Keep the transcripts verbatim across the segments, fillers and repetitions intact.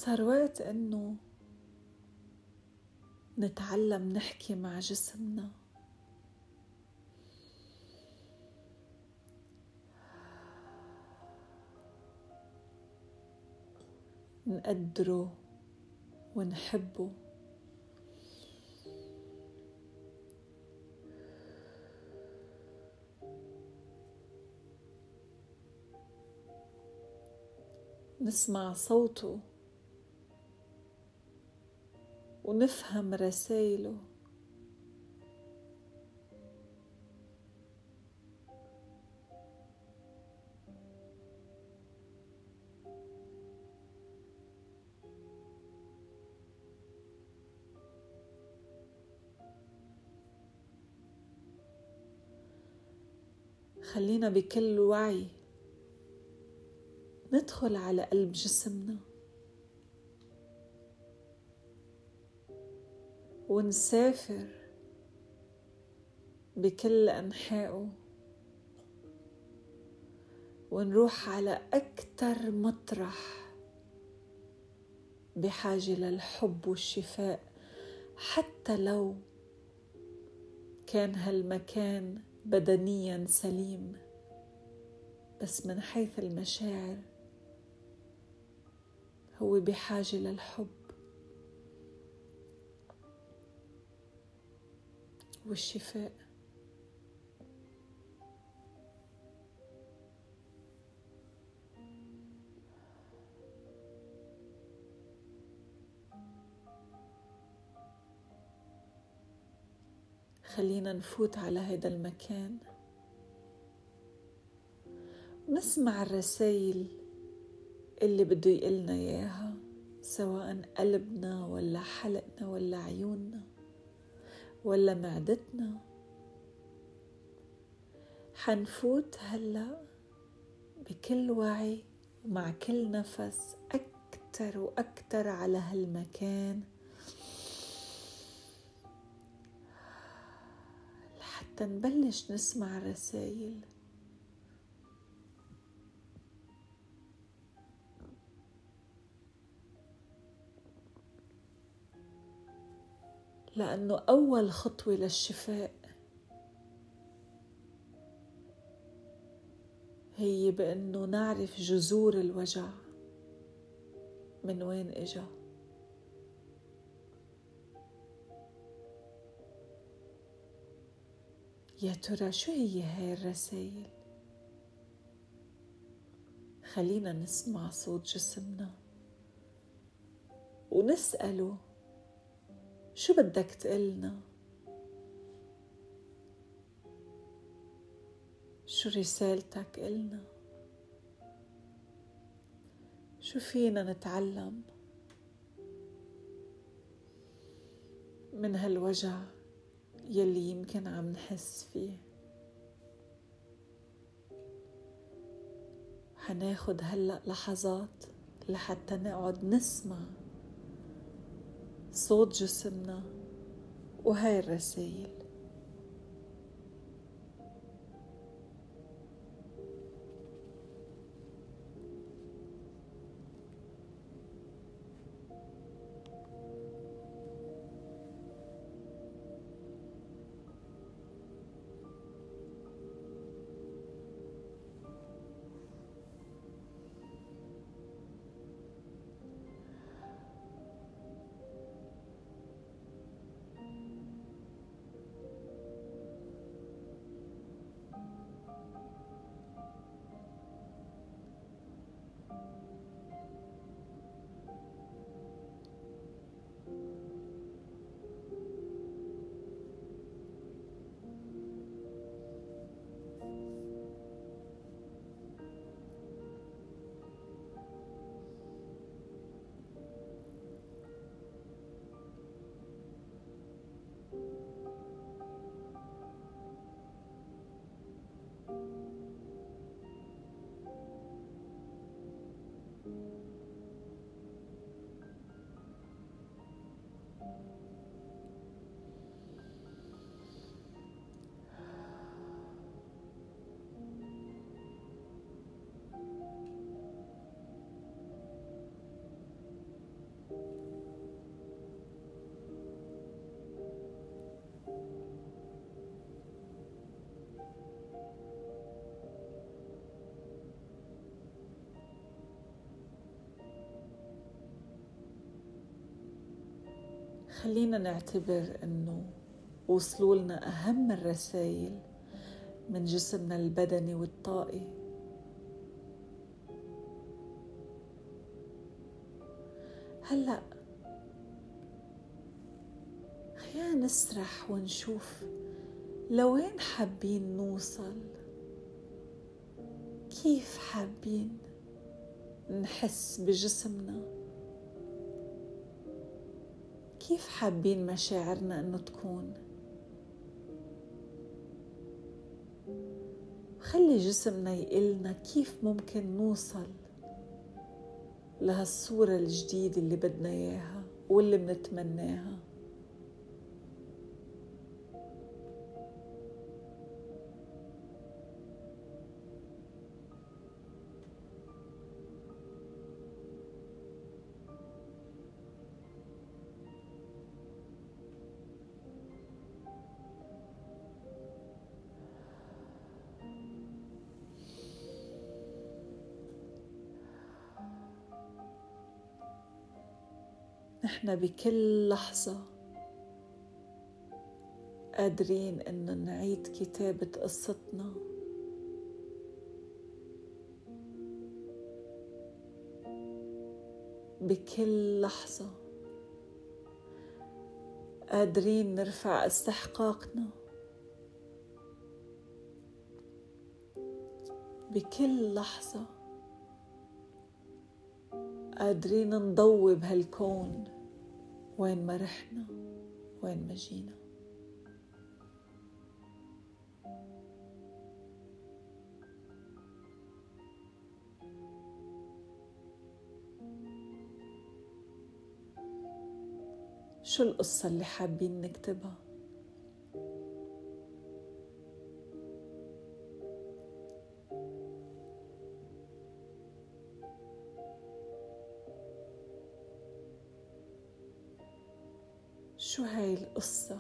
صار وقت إنه نتعلم نحكي مع جسمنا، نقدره ونحبه، نسمع صوته ونفهم رسائله. خلينا بكل وعي ندخل على قلب جسمنا ونسافر بكل أنحائه، ونروح على أكتر مطرح بحاجة للحب والشفاء، حتى لو كان هالمكان بدنيا سليم، بس من حيث المشاعر هو بحاجة للحب والشفاء. خلينا نفوت على هذا المكان ونسمع الرسائل اللي بده يقلنا إياها، سواء قلبنا ولا حلقنا ولا عيوننا ولا معدتنا. حنفوت هلأ بكل وعي ومع كل نفس أكتر وأكتر على هالمكان لحتى نبلش نسمع الرسائل. لأنه أول خطوة للشفاء هي بأنه نعرف جذور الوجع من وين إجا. يا ترى شو هي هاي الرسائل؟ خلينا نسمع صوت جسمنا ونسأله شو بدك تقلنا؟ شو رسالتك إلنا؟ شو فينا نتعلم من هالوجع يلي يمكن عم نحس فيه؟ حناخد هلأ لحظات لحتى نقعد نسمع صوت جسمنا وهاي الرسائل. خلينا نعتبر أنه وصلوا لنا أهم الرسائل من جسمنا البدني والطاقي. هلأ خلينا نسرح ونشوف لوين حابين نوصل، كيف حابين نحس بجسمنا، كيف حابين مشاعرنا أنه تكون. خلي جسمنا يقلنا كيف ممكن نوصل لهالصورة الجديدة اللي بدنا إياها واللي بنتمناها. نحن بكل لحظة قادرين إن نعيد كتابة قصتنا، بكل لحظة قادرين نرفع استحقاقنا، بكل لحظة قادرين نضوي بهالكون وين ما رحنا وين ما جينا. شو القصة اللي حابين نكتبها؟ شو هاي القصة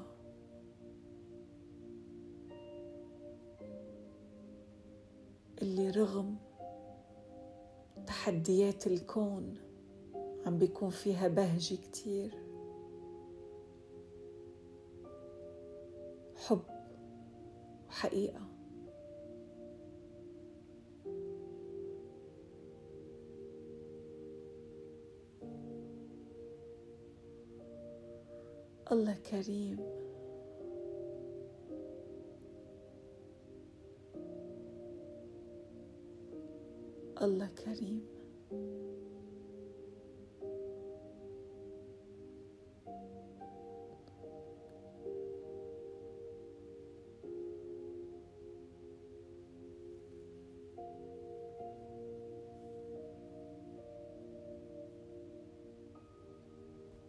اللي رغم تحديات الكون عم بيكون فيها بهجة كتير، حب وحقيقة. الله كريم، الله كريم.